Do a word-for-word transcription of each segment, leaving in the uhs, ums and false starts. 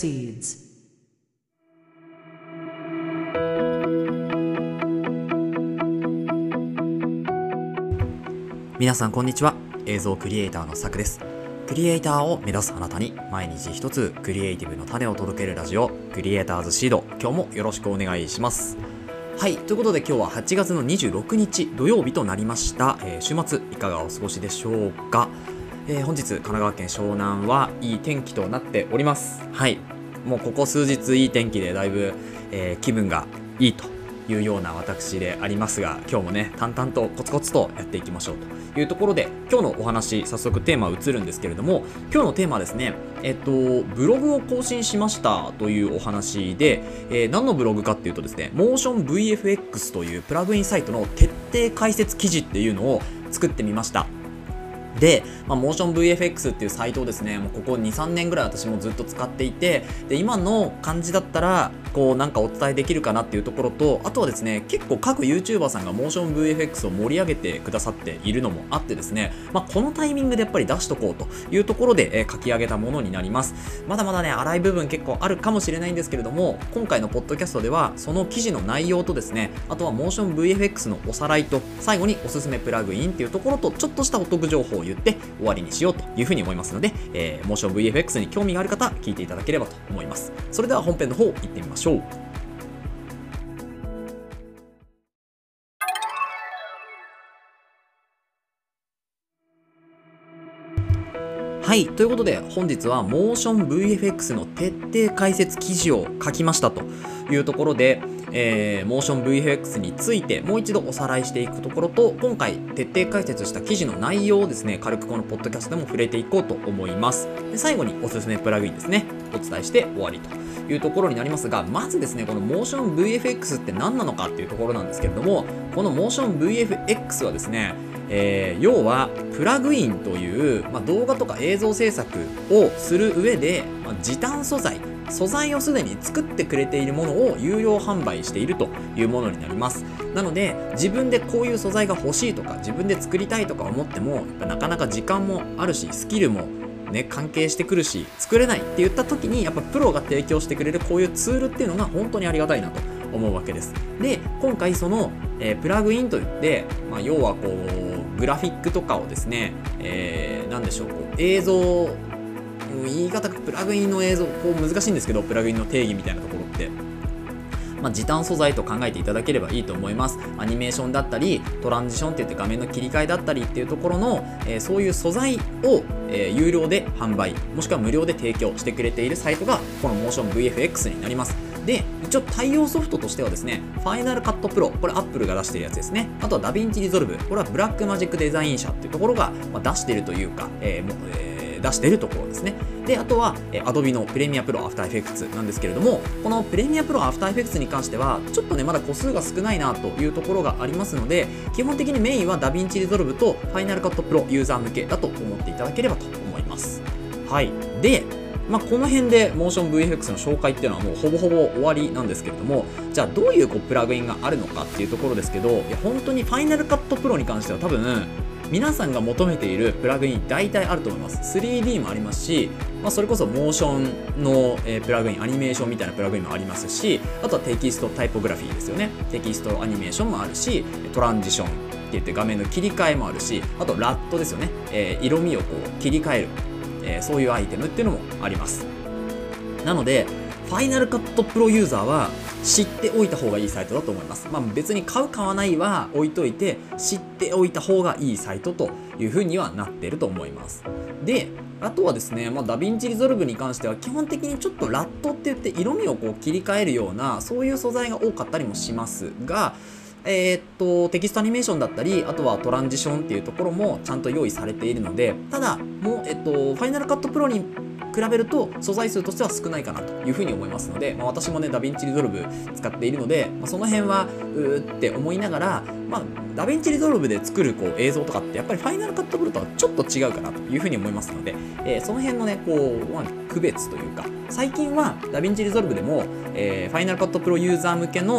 proceeds. 皆さんこんにちは。映像クリエイターのさくです。クリエイターを目指すあなたに毎日一つクリエイティブの種を届けるラジオ、クリエイターズシード。今日もよろしくお願いします。はい、ということで今日ははちがつのにじゅうろくにち土曜日となりました。えー、週末いかがお過ごしでしょうか。えー、本日神奈川県湘南はいい天気となっております。はい、もうここ数日いい天気でだいぶ、えー、気分がいいというような私でありますが、今日もね淡々とコツコツとやっていきましょうというところで、今日のお話早速テーマ移るんですけれども、今日のテーマはですね、えっとブログを更新しましたというお話で、えー、何のブログかっていうとですね、モーション ブイエフエックス というプラグインサイトの徹底解説記事っていうのを作ってみました。で、まあ、モーション ブイエフエックス っていうサイトをですね、もうここ にさんねんぐらい私もずっと使っていて、で今の感じだったらこうなんかお伝えできるかなっていうところと、あとはですね、結構各 YouTuber さんがモーション ブイエフエックス を盛り上げてくださっているのもあってですね、まあ、このタイミングでやっぱり出しとこうというところで、えー、書き上げたものになります。まだまだね粗い部分結構あるかもしれないんですけれども、今回のポッドキャストではその記事の内容とですね、あとはモーション ブイエフエックス のおさらいと、最後におすすめプラグインっていうところと、ちょっとしたお得情報を言って終わりにしようというふうに思いますので、えー、モーション ブイエフエックス に興味がある方聞いていただければと思います。それでは本編の方行ってみましょう。はい、ということで本日はモーション ブイエフエックス の徹底解説記事を書きましたというところで、えー、モーション ブイエフエックス についてもう一度おさらいしていくところと、今回徹底解説した記事の内容をですね、軽くこのポッドキャストでも触れていこうと思います。で最後におすすめプラグインですね、お伝えして終わりというところになりますが、まずですね、このモーション ブイエフエックス って何なのかっていうところなんですけれども、このモーション ブイエフエックス はですね、えー、要はプラグインという、まあ、動画とか映像制作をする上で、まあ、時短素材素材をすでに作ってくれているものを有料販売しているというものになります。なので自分でこういう素材が欲しいとか自分で作りたいとか思っても、やっぱなかなか時間もあるしスキルもね、関係してくるし作れないって言った時に、やっぱプロが提供してくれるこういうツールっていうのが本当にありがたいなと思うわけです。で今回その、えー、プラグインといって、まあ、要はこうグラフィックとかをですね、えー、なんでしょう、こう映像、言い方プラグインの映像こう難しいんですけど、プラグインの定義みたいなところって、まあ、時短素材と考えていただければいいと思います。アニメーションだったりトランジションっていって画面の切り替えだったりっていうところの、えー、そういう素材を、えー、有料で販売もしくは無料で提供してくれているサイトがこのモーション ブイエフエックス になります。で一応対応ソフトとしてはですね、ファイナルカットプロ、これ Apple が出しているやつですね。あとはダヴィンチリゾルブ、これはブラックマジックデザイン社っていうところが出しているというか、えーもうえー出しているところですね。であとは、えー、Adobe のプレミアプロアフターエフェクツなんですけれども、このプレミアプロアフターエフェクツに関してはちょっとねまだ個数が少ないなというところがありますので、基本的にメインはダヴィンチリゾルブとファイナルカットプロユーザー向けだと思っていただければと思います。はい。でまあ、この辺でモーション ブイエフエックス の紹介っていうのはもうほぼほぼ終わりなんですけれども、じゃあどういうこうプラグインがあるのかっていうところですけど、いや本当にファイナルカットプロに関しては多分皆さんが求めているプラグイン大体あると思います。 スリーディー もありますし、まあ、それこそモーションの、えー、プラグイン、アニメーションみたいなプラグインもありますし、あとはテキストタイポグラフィーですよね。テキストアニメーションもあるし、トランジションって言って画面の切り替えもあるし、あとラットですよね、えー、色味をこう切り替える、えー、そういうアイテムっていうのもあります。なのでファイナルカットプロユーザーは知っておいた方がいいサイトだと思います。まあ、別に買う買わないは置いといて、知っておいた方がいいサイトというふうにはなっていると思います。であとはですね、まあ、ダヴィンチリゾルブに関しては基本的にちょっとラットって言って色味をこう切り替えるようなそういう素材が多かったりもしますが、えー、っとテキストアニメーションだったり、あとはトランジションっていうところもちゃんと用意されているので、ただもう、えっと、ファイナルカットプロに比べると素材数としては少ないかなというふうに思いますので、まあ、私もねダヴィンチリゾルブ使っているので、まあ、その辺はうーって思いながら、まあ、ダヴィンチリゾルブで作るこう映像とかってやっぱりファイナルカットプロとはちょっと違うかなというふうに思いますので、えー、その辺のねこう、まあ、区別というか、最近はダヴィンチリゾルブでも、えー、ファイナルカットプロユーザー向けの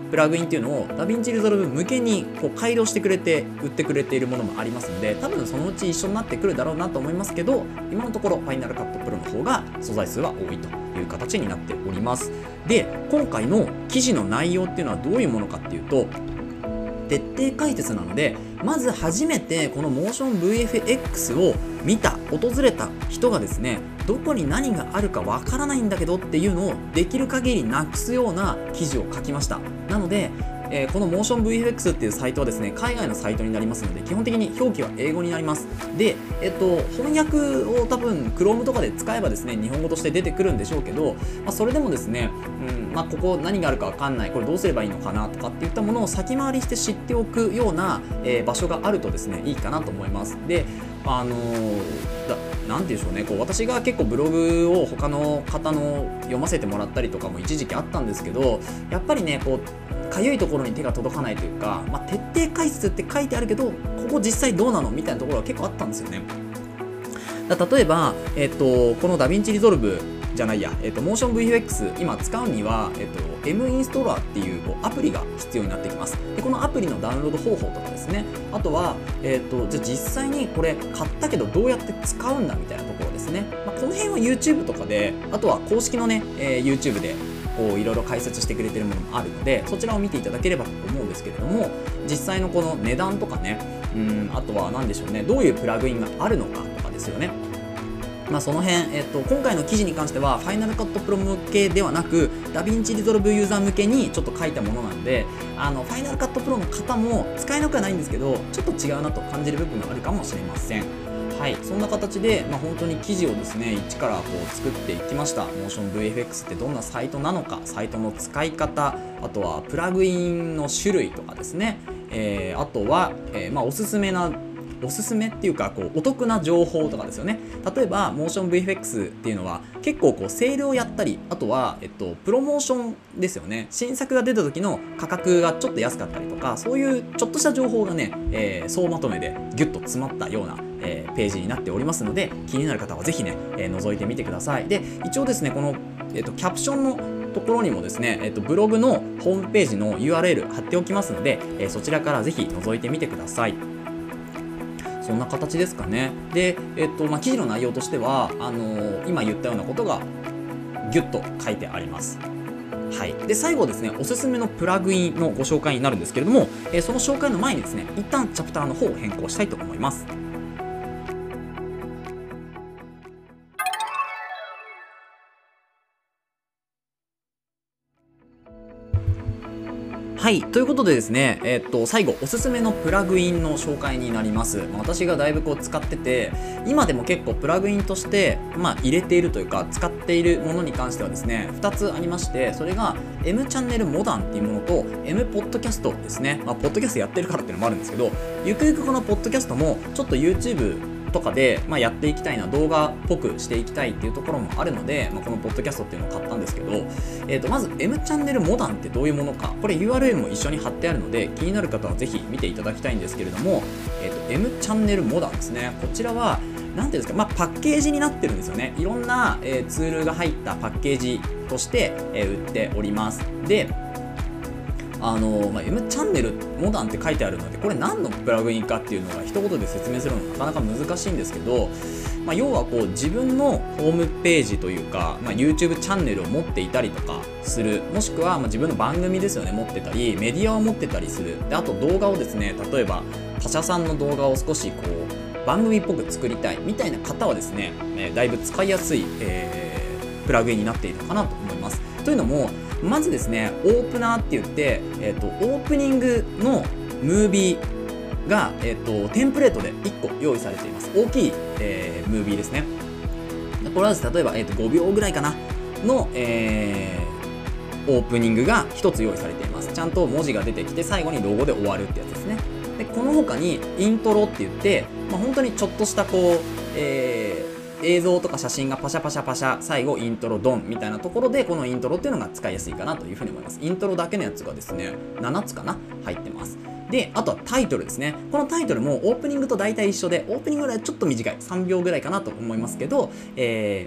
プラグインっていうのをダヴィンチリゾルブ向けにこう改良してくれて売ってくれているものもありますので、多分そのうち一緒になってくるだろうなと思いますけど、今のところファイナルカットプロの方が素材数は多いという形になっております。で、今回の記事の内容っていうのはどういうものかっていうと、徹底解説なので、まず初めてこのモーション ブイエフエックス を見た訪れた人がですね、どこに何があるかわからないんだけどっていうのをできる限りなくすような記事を書きました。なので、えー、このモーション ブイエフエックス っていうサイトはですね、海外のサイトになりますので、基本的に表記は英語になります。で、えっと、翻訳を多分 Chrome とかで使えばですね、日本語として出てくるんでしょうけど、まあ、それでもですね、うん、まあ、ここ何があるかわかんない、これどうすればいいのかなとかっていったものを先回りして知っておくような、えー、場所があるとですね、いいかなと思います。で、あのー、だなんて言うんでしょうね、こう私が結構ブログを他の方の読ませてもらったりとかも一時期あったんですけど、やっぱりね、こうかゆいところに手が届かないというか、まあ、徹底解説って書いてあるけど、ここ実際どうなのみたいなところが結構あったんですよね。だ例えば、えっと、このダヴィンチリゾルブじゃないや、えっと、モーション ブイエフエックス 今使うには、えっと、M インストーラーっていう、こうアプリが必要になってきます。で、このアプリのダウンロード方法とかですね、あとは、えっと、じゃあ実際にこれ買ったけどどうやって使うんだみたいなところですね。まあ、この辺は YouTube とかで、あとは公式のね、えー、YouTube でこういろいろ解説してくれてるものもあるので、そちらを見ていただければと思うんですけれども、実際のこの値段とかね、うん、あとは何でしょうね、どういうプラグインがあるのかとかですよね。まあその辺、えっと、今回の記事に関しては、ファイナルカットプロ向けではなく、ダヴィンチリゾルブユーザー向けにちょっと書いたものなので、あの、ファイナルカットプロの方も使えなくはないんですけど、ちょっと違うなと感じる部分があるかもしれません。はい、そんな形で、まあ、本当に記事をですね、一からこう作っていきました。モーション ブイエフエックス ってどんなサイトなのか、サイトの使い方、あとはプラグインの種類とかですね、えー、あとは、えー、まあおすすめなおすすめっていうか、こうお得な情報とかですよね。例えばモーション ブイエフエックス っていうのは結構こうセールをやったり、あとは、えっと、プロモーションですよね。新作が出た時の価格がちょっと安かったりとか、そういうちょっとした情報がね、えー、総まとめでギュッと詰まったような、えー、ページになっておりますので、気になる方はぜひね、えー、覗いてみてください。で、一応ですね、この、えっと、キャプションのところにもですね、えっと、ブログのホームページの ユーアールエル 貼っておきますので、えー、そちらからぜひ覗いてみてください。そんな形ですかね。で、えっとまあ、記事の内容としてはあのー、今言ったようなことがギュッと書いてあります。はい、で最後ですね、おすすめのプラグインのご紹介になるんですけれども、えー、その紹介の前にですね、一旦チャプターの方を変更したいと思います。はい、ということでですね、えー、っと最後おすすめのプラグインの紹介になります。まあ、私がだいぶこう使ってて、今でも結構プラグインとして、まあ、入れているというか使っているものに関してはですね、ふたつありまして、それが M チャンネルモダンっていうものと M ポッドキャストですね。まあ、ポッドキャストやってるからっていうのもあるんですけど、ゆくゆくこのポッドキャストもちょっと YouTubeとかで、まあ、やっていきたいな、動画っぽくしていきたいっていうところもあるので、まあ、このポッドキャストっていうのを買ったんですけど、えー、とまず M チャンネルモダンってどういうものか、これ ユーアールエル も一緒に貼ってあるので、気になる方はぜひ見ていただきたいんですけれども、えー、と M チャンネルモダンですね。こちらはなんていうんですか、まあ、パッケージになってるんですよね。いろんな、えー、ツールが入ったパッケージとして、えー、売っております。であのまあ、M チャンネルモダンって書いてあるので、これ何のプラグインかっていうのが一言で説明するのがなかなか難しいんですけど、まあ、要はこう自分のホームページというか、まあ、YouTube チャンネルを持っていたりとかする、もしくはまあ自分の番組ですよね、持ってたりメディアを持ってたりする。であと動画をですね、例えば他社さんの動画を少しこう番組っぽく作りたいみたいな方はですね、えー、だいぶ使いやすい、えー、プラグインになっているのかなと思います。というのも、まずですね、オープナーって言って、えーと、オープニングのムービーが、えーと、テンプレートでいっこ用意されています。大きい、えー、ムービーですね。これは例えば、えーと、ごびょうぐらいかなの、えー、オープニングがひとつ用意されています。ちゃんと文字が出てきて最後にロゴで終わるってやつですね。でこの他にイントロって言って、まあ、本当にちょっとしたこう、えー映像とか写真がパシャパシャパシャ、最後イントロドンみたいなところで、このイントロっていうのが使いやすいかなというふうに思います。イントロだけのやつがですね、ななつかな入ってます。であとはタイトルですね。このタイトルもオープニングと大体一緒で、オープニングぐらいちょっと短いさんびょうぐらいかなと思いますけど、えー、まあ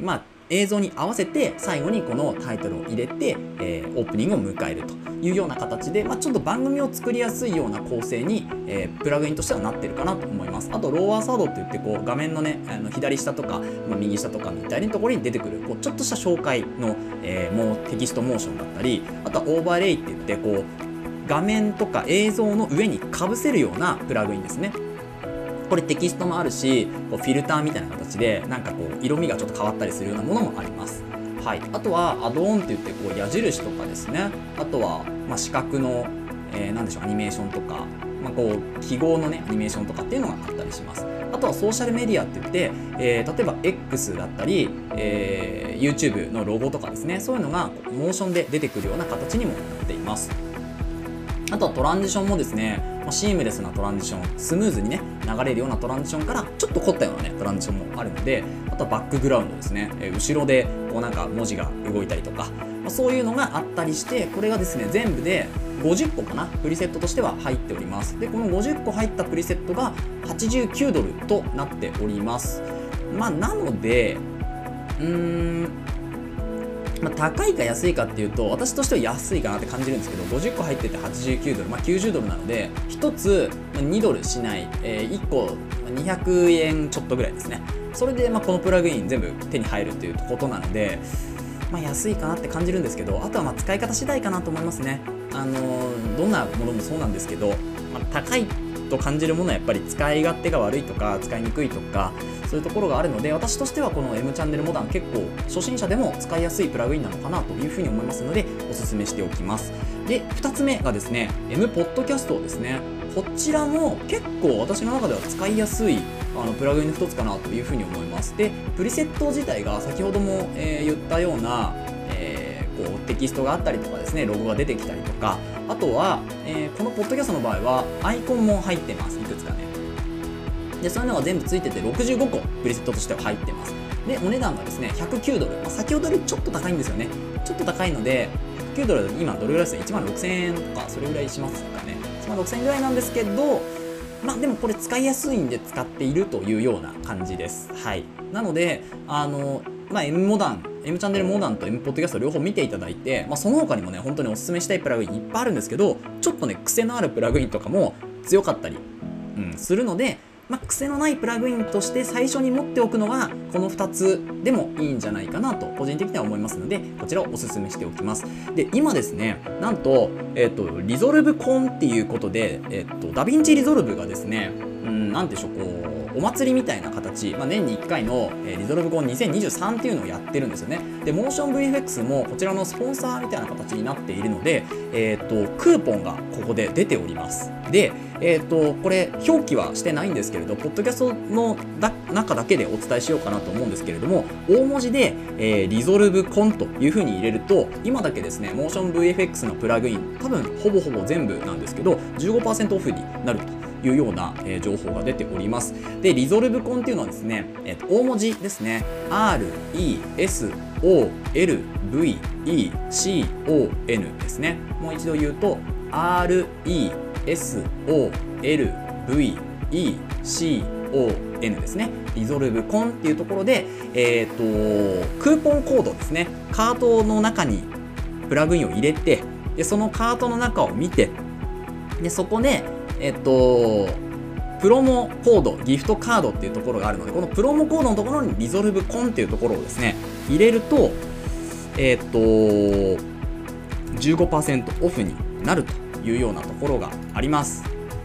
映像に合わせて最後にこのタイトルを入れて、えー、オープニングを迎えるというような形で、まあ、ちょっと番組を作りやすいような構成に、えー、プラグインとしてはなってるかなと思います。あとローワーサードって言ってこう画面のねあの左下とか、まあ、右下とかみたいなところに出てくるこうちょっとした紹介の、えー、もうテキストモーションだったり、あとはオーバーレイって言ってこう画面とか映像の上にかぶせるようなプラグインですね。これテキストもあるし、こうフィルターみたいな形でなんかこう色味がちょっと変わったりするようなものもあります。はい、あとはアドオンって言ってこう矢印とかですね、あとはまあ視覚の、えー、なんでしょうアニメーションとか、まあ、こう記号のねアニメーションとかっていうのがあったりします。あとはソーシャルメディアって言って、えー、例えば X だったり、えー、YouTube のロゴとかですね、そういうのがモーションで出てくるような形にもなっています。あとはトランジションもですね、シームレスなトランジション、スムーズにね流れるようなトランジションからちょっと凝ったようなねトランジションもあるので、あとはバックグラウンドですね、え後ろでこうなんか文字が動いたりとか、まあ、そういうのがあったりして、これがですね全部でごじゅっこかなプリセットとしては入っております。でこのごじゅっこ入ったプリセットがはちじゅうきゅうドルとなっております。まあなのでうーんまあ、高いか安いかっていうと私としては安いかなって感じるんですけど、ごじゅっこ入っててはちじゅうきゅうドル、まあ、きゅうじゅうドルなのでひとつにドルしない、えー、いっこにひゃくえんちょっとぐらいですね。それでまあこのプラグイン全部手に入るっていうことなので、まあ、安いかなって感じるんですけど、あとはまあ使い方次第かなと思いますね。あのー、どんなものもそうなんですけど、まあ、高いと感じるものはやっぱり使い勝手が悪いとか使いにくいとかそういうところがあるので、私としてはこの M チャンネルモダン結構初心者でも使いやすいプラグインなのかなというふうに思いますのでおすすめしておきます。でふたつめがですね M ポッドキャストですね。こちらも結構私の中では使いやすいあのプラグインの一つかなというふうに思います。でプリセット自体が先ほども、えー、言ったような、えー、こうテキストがあったりとかですね、ロゴが出てきたりとか、あとは、えー、このポッドキャストの場合はアイコンも入ってます。いくつかね。でそういうのが全部ついててろくじゅうごこプリセットとしては入ってます。でお値段がですねひゃくきゅうドル、まあ、先ほどよりちょっと高いんですよね。ちょっと高いのでひゃくきゅうドルだと今どれぐらいですね、いちまんろくせんえんとかそれぐらいしますかね。いちまんろくせんえんぐらいなんですけど、まあでもこれ使いやすいんで使っているというような感じです。はい。なのであのまあ M モダン M チャンネルモダンと M ポッドキャスト両方見ていただいて、まあ、その他にもね本当におすすめしたいプラグインいっぱいあるんですけど、ちょっとね癖のあるプラグインとかも強かったり、うん、するので、まあ、癖のないプラグインとして最初に持っておくのはこのふたつでもいいんじゃないかなと個人的には思いますので、こちらをおすすめしておきます。で今ですねなんと、えっとリゾルブコンっていうことで、えっとダヴィンチリゾルブがですね、うん、なんでしょうこうお祭りみたいな形、まあ、年にいっかいの、えー、リゾルブコンにせんにじゅうさんっていうのをやってるんですよね。でモーション ブイエフエックス もこちらのスポンサーみたいな形になっているので、えー、とクーポンがここで出ております。で、えー、とこれ表記はしてないんですけれど、ポッドキャストのだ中だけでお伝えしようかなと思うんですけれども、大文字で、えー、リゾルブコンという風に入れると今だけですねモーション ブイエフエックス のプラグイン多分ほぼほぼ全部なんですけど じゅうごパーセント オフになるというような、えー、情報が出ております。でリゾルブコンっていうのはですね、えー、と大文字ですね アールイーエスオーエルブイイーシーオーエヌ ですね。もう一度言うと アールイーエスオーエルブイイーシーオーエヌ ですね。リゾルブコンっていうところで、えー、とクーポンコードですね、カートの中にプラグインを入れて、でそのカートの中を見て、でそこでえっとプロモコードギフトカードっていうところがあるので、このプロモコードのところにリゾルブコンっていうところをですね入れるとえっと じゅうごパーセント オフになるというようなところがあります。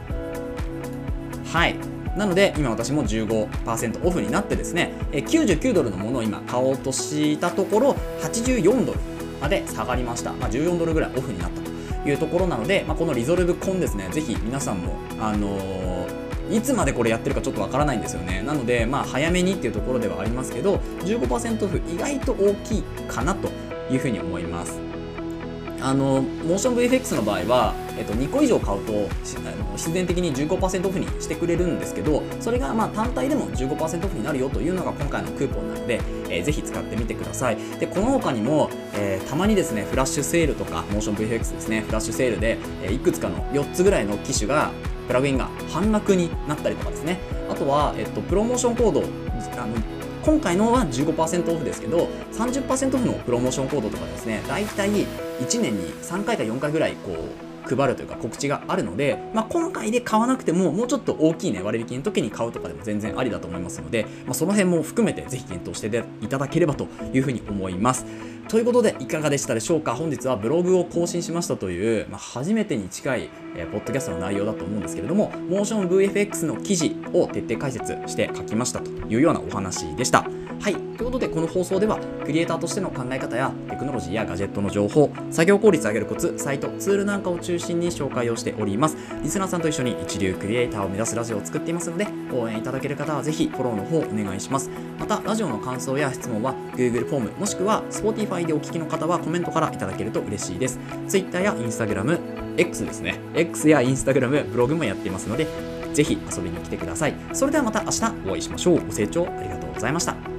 はい。なので今私も じゅうごパーセント オフになってですねきゅうじゅうきゅうドルのものを今買おうとしたところはちじゅうよんドルまで下がりました。まあ、じゅうよんドルぐらいオフになったというところなので、まあ、このリゾルブコンですね、ぜひ皆さんも、あのー、いつまでこれやってるかちょっとわからないんですよね。なので、まあ、早めにっていうところではありますけど じゅうごパーセント オフ意外と大きいかなというふうに思います。あのモーション ブイエフエックス の場合は、えっと、にこ以上買うとあの必然的に じゅうごパーセント オフにしてくれるんですけど、それがまあ単体でも じゅうごパーセント オフになるよというのが今回のクーポンなので、えー、ぜひ使ってみてください。でこの他にも、えー、たまにですねフラッシュセールとかモーション ブイエフエックス ですねフラッシュセールで、えー、いくつかのよっつぐらいの機種がプラグインが半額になったりとかですね、あとは、えっと、プロモーションコードあの今回のは じゅうごパーセント オフですけど、さんじゅっパーセント オフのプロモーションコードとかですね、だいたいいちねんにさんかいかよんかいぐらいこう配るというか告知があるので、まあ、今回で買わなくてももうちょっと大きいね割引の時に買うとかでも全然ありだと思いますので、まあ、その辺も含めてぜひ検討していただければというふうに思います。ということでいかがでしたでしょうか。本日はブログを更新しましたという、まあ、初めてに近い、えー、ポッドキャストの内容だと思うんですけれども、モーション ブイエフエックス の記事を徹底解説して書きましたというようなお話でした。はい、ということでこの放送ではクリエイターとしての考え方やテクノロジーやガジェットの情報、作業効率を上げるコツ、サイト、ツールなんかを中心に紹介をしております。リスナーさんと一緒に一流クリエイターを目指すラジオを作っていますので、応援いただける方はぜひフォローの方お願いします。またラジオの感想や質問は Google フォームもしくは Spotify でお聞きの方はコメントからいただけると嬉しいです。Twitter や Instagram、X ですね X や Instagram、ブログもやっていますのでぜひ遊びに来てください。それではまた明日お会いしましょう。ご清聴ありがとうございました。